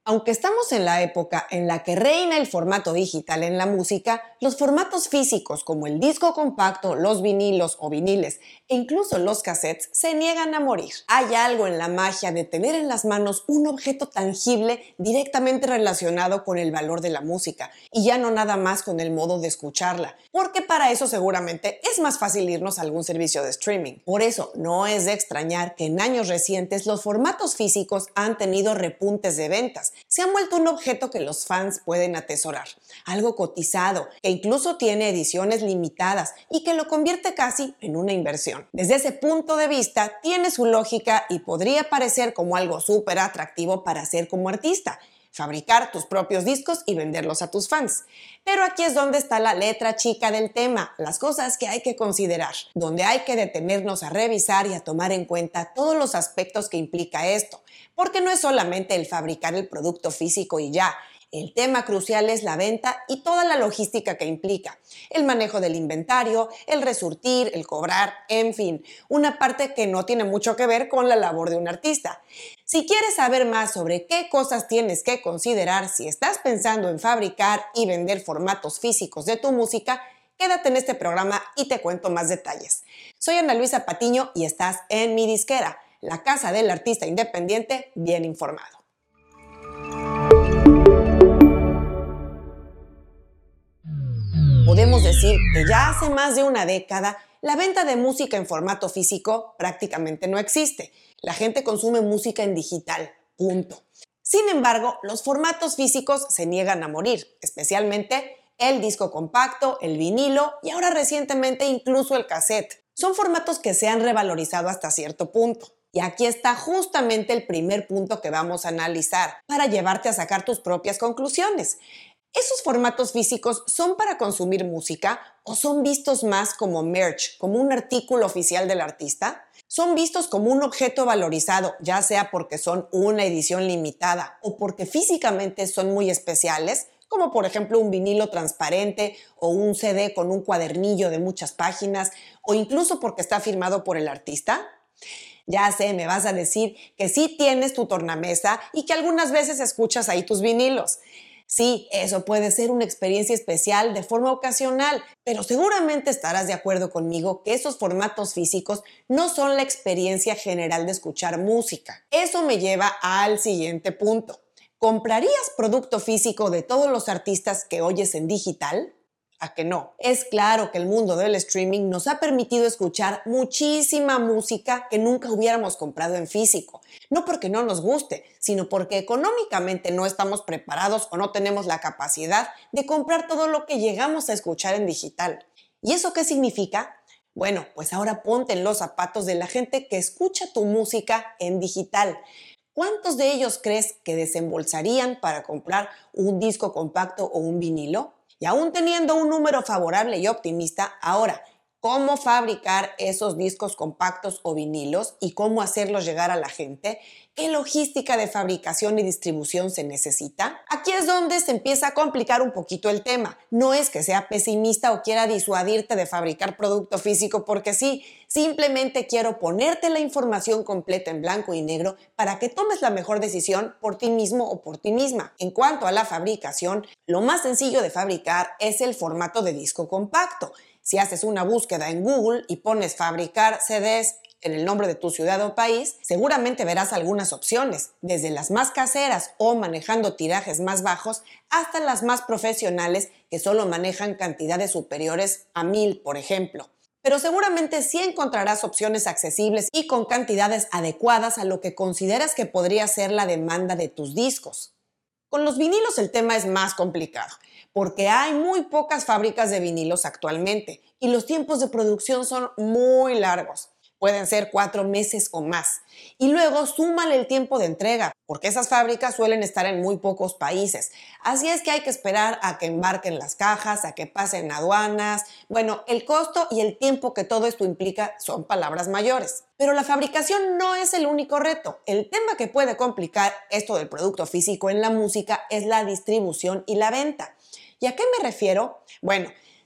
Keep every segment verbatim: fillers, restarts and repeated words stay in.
Aunque estamos en la época en la que reina el formato digital en la música, los formatos físicos como el disco compacto, los vinilos o viniles e incluso los cassettes se niegan a morir. Hay algo en la magia de tener en las manos un objeto tangible directamente relacionado con el valor de la música y ya no nada más con el modo de escucharla, porque para eso seguramente es más fácil irnos a algún servicio de streaming. Por eso no es de extrañar que en años recientes los formatos físicos han tenido repuntes de ventas. Se han vuelto un objeto que los fans pueden atesorar, algo cotizado, que incluso tiene ediciones limitadas y que lo convierte casi en una inversión. Desde ese punto de vista, tiene su lógica y podría parecer como algo súper atractivo para ser como artista, fabricar tus propios discos y venderlos a tus fans. Pero aquí es donde está la letra chica del tema, las cosas que hay que considerar, donde hay que detenernos a revisar y a tomar en cuenta todos los aspectos que implica esto, porque no es solamente el fabricar el producto físico y ya. El tema crucial es la venta y toda la logística que implica, el manejo del inventario, el resurtir, el cobrar, en fin, una parte que no tiene mucho que ver con la labor de un artista. Si quieres saber más sobre qué cosas tienes que considerar si estás pensando en fabricar y vender formatos físicos de tu música, quédate en este programa y te cuento más detalles. Soy Ana Luisa Patiño y estás en Mi Disquera, la casa del artista independiente bien informado. Podemos decir que ya hace más de una década la venta de música en formato físico prácticamente no existe. La gente consume música en digital, punto. Sin embargo, los formatos físicos se niegan a morir, especialmente el disco compacto, el vinilo y ahora recientemente incluso el cassette. Son formatos que se han revalorizado hasta cierto punto. Y aquí está justamente el primer punto que vamos a analizar para llevarte a sacar tus propias conclusiones. ¿Esos formatos físicos son para consumir música o son vistos más como merch, como un artículo oficial del artista? ¿Son vistos como un objeto valorizado, ya sea porque son una edición limitada o porque físicamente son muy especiales, como por ejemplo un vinilo transparente o un C D con un cuadernillo de muchas páginas o incluso porque está firmado por el artista? Ya sé, me vas a decir que sí tienes tu tornamesa y que algunas veces escuchas ahí tus vinilos. Sí, eso puede ser una experiencia especial de forma ocasional, pero seguramente estarás de acuerdo conmigo que esos formatos físicos no son la experiencia general de escuchar música. Eso me lleva al siguiente punto. ¿Comprarías producto físico de todos los artistas que oyes en digital? ¿A que no? Es claro que el mundo del streaming nos ha permitido escuchar muchísima música que nunca hubiéramos comprado en físico. No porque no nos guste, sino porque económicamente no estamos preparados o no tenemos la capacidad de comprar todo lo que llegamos a escuchar en digital. ¿Y eso qué significa? Bueno, pues ahora ponte en los zapatos de la gente que escucha tu música en digital. ¿Cuántos de ellos crees que desembolsarían para comprar un disco compacto o un vinilo? Y aún teniendo un número favorable y optimista, ahora, ¿cómo fabricar esos discos compactos o vinilos y cómo hacerlos llegar a la gente? ¿Qué logística de fabricación y distribución se necesita? Aquí es donde se empieza a complicar un poquito el tema. No es que sea pesimista o quiera disuadirte de fabricar producto físico porque sí, simplemente quiero ponerte la información completa en blanco y negro para que tomes la mejor decisión por ti mismo o por ti misma. En cuanto a la fabricación, lo más sencillo de fabricar es el formato de disco compacto. Si haces una búsqueda en Google y pones fabricar C Ds en el nombre de tu ciudad o país, seguramente verás algunas opciones, desde las más caseras o manejando tirajes más bajos hasta las más profesionales que solo manejan cantidades superiores a mil, por ejemplo. Pero seguramente sí encontrarás opciones accesibles y con cantidades adecuadas a lo que consideras que podría ser la demanda de tus discos. Con los vinilos el tema es más complicado, porque hay muy pocas fábricas de vinilos actualmente y los tiempos de producción son muy largos. Pueden ser cuatro meses o más. Y luego súmale el tiempo de entrega, porque esas fábricas suelen estar en muy pocos países. Así es que hay que esperar a que embarquen las cajas, a que pasen aduanas. Bueno, el costo y el tiempo que todo esto implica son palabras mayores. Pero la fabricación no es el único reto. El tema que puede complicar esto del producto físico en la música es la distribución y la venta. ¿Y a qué me refiero? Bueno,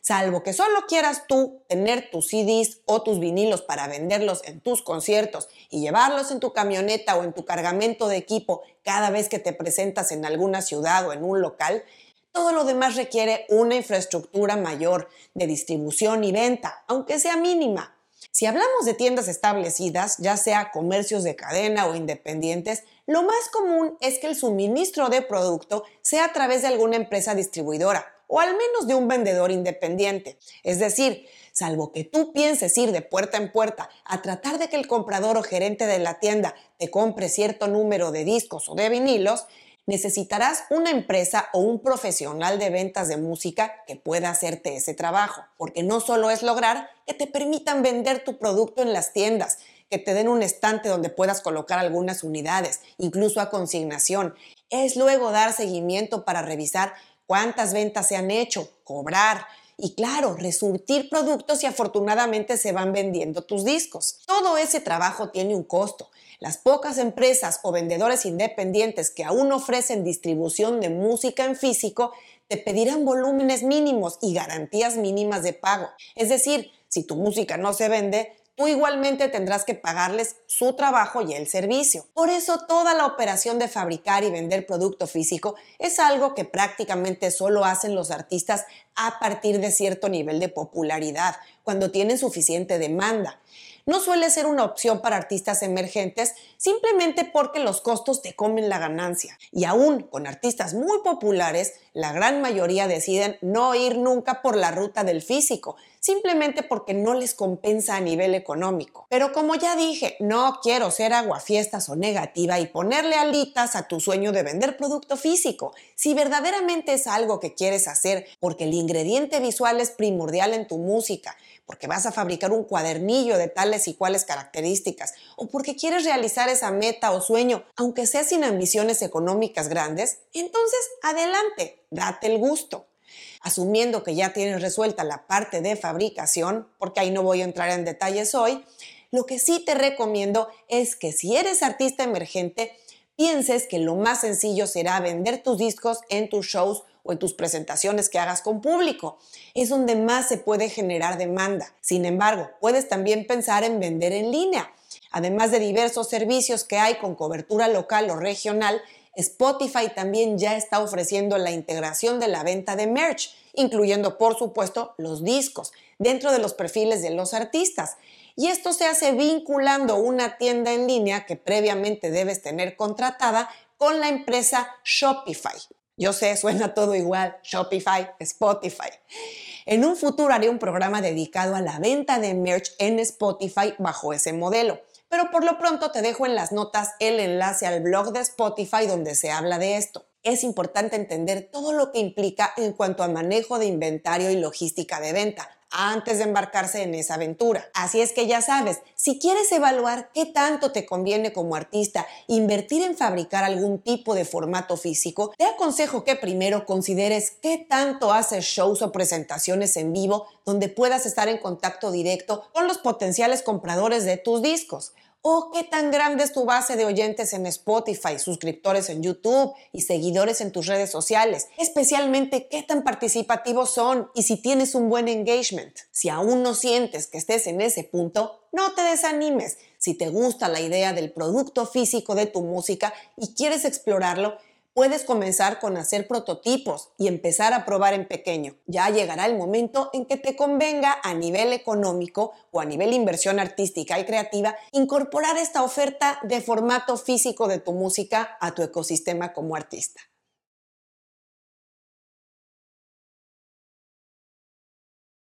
Salvo que solo quieras tú tener tus C Ds o tus vinilos para venderlos en tus conciertos y llevarlos en tu camioneta o en tu cargamento de equipo cada vez que te presentas en alguna ciudad o en un local, todo lo demás requiere una infraestructura mayor de distribución y venta, aunque sea mínima. Si hablamos de tiendas establecidas, ya sea comercios de cadena o independientes, lo más común es que el suministro de producto sea a través de alguna empresa distribuidora o al menos de un vendedor independiente. Es decir, salvo que tú pienses ir de puerta en puerta a tratar de que el comprador o gerente de la tienda te compre cierto número de discos o de vinilos, necesitarás una empresa o un profesional de ventas de música que pueda hacerte ese trabajo, porque no solo es lograr que te permitan vender tu producto en las tiendas, que te den un estante donde puedas colocar algunas unidades, incluso a consignación, es luego dar seguimiento para revisar cuántas ventas se han hecho, cobrar y, claro, resurtir productos y afortunadamente se van vendiendo tus discos. Todo ese trabajo tiene un costo. Las pocas empresas o vendedores independientes que aún ofrecen distribución de música en físico te pedirán volúmenes mínimos y garantías mínimas de pago. Es decir, si tu música no se vende, tú igualmente tendrás que pagarles su trabajo y el servicio. Por eso toda la operación de fabricar y vender producto físico es algo que prácticamente solo hacen los artistas a partir de cierto nivel de popularidad, cuando tienen suficiente demanda. No suele ser una opción para artistas emergentes simplemente porque los costos te comen la ganancia. Y aún con artistas muy populares, la gran mayoría deciden no ir nunca por la ruta del físico, simplemente porque no les compensa a nivel económico. Pero como ya dije, no quiero ser aguafiestas o negativa y ponerle alitas a tu sueño de vender producto físico. Si verdaderamente es algo que quieres hacer porque el ingrediente visual es primordial en tu música, porque vas a fabricar un cuadernillo de tales y cuales características, o porque quieres realizar esa meta o sueño, aunque sea sin ambiciones económicas grandes, entonces adelante, date el gusto. Asumiendo que ya tienes resuelta la parte de fabricación, porque ahí no voy a entrar en detalles hoy, lo que sí te recomiendo es que si eres artista emergente, pienses que lo más sencillo será vender tus discos en tus shows o en tus presentaciones que hagas con público. Es donde más se puede generar demanda. Sin embargo, puedes también pensar en vender en línea. Además de diversos servicios que hay con cobertura local o regional, Spotify también ya está ofreciendo la integración de la venta de merch, incluyendo, por supuesto, los discos, dentro de los perfiles de los artistas. Y esto se hace vinculando una tienda en línea que previamente debes tener contratada con la empresa Shopify. Yo sé, suena todo igual, Shopify, Spotify. En un futuro haré un programa dedicado a la venta de merch en Spotify bajo ese modelo. Pero por lo pronto te dejo en las notas el enlace al blog de Spotify donde se habla de esto. Es importante entender todo lo que implica en cuanto a manejo de inventario y logística de venta antes de embarcarse en esa aventura. Así es que ya sabes, si quieres evaluar qué tanto te conviene como artista invertir en fabricar algún tipo de formato físico, te aconsejo que primero consideres qué tanto haces shows o presentaciones en vivo donde puedas estar en contacto directo con los potenciales compradores de tus discos. ¿O qué tan grande es tu base de oyentes en Spotify, suscriptores en YouTube y seguidores en tus redes sociales? Especialmente, ¿qué tan participativos son y si tienes un buen engagement? Si aún no sientes que estés en ese punto, no te desanimes. Si te gusta la idea del producto físico de tu música y quieres explorarlo, puedes comenzar con hacer prototipos y empezar a probar en pequeño. Ya llegará el momento en que te convenga a nivel económico o a nivel inversión artística y creativa incorporar esta oferta de formato físico de tu música a tu ecosistema como artista.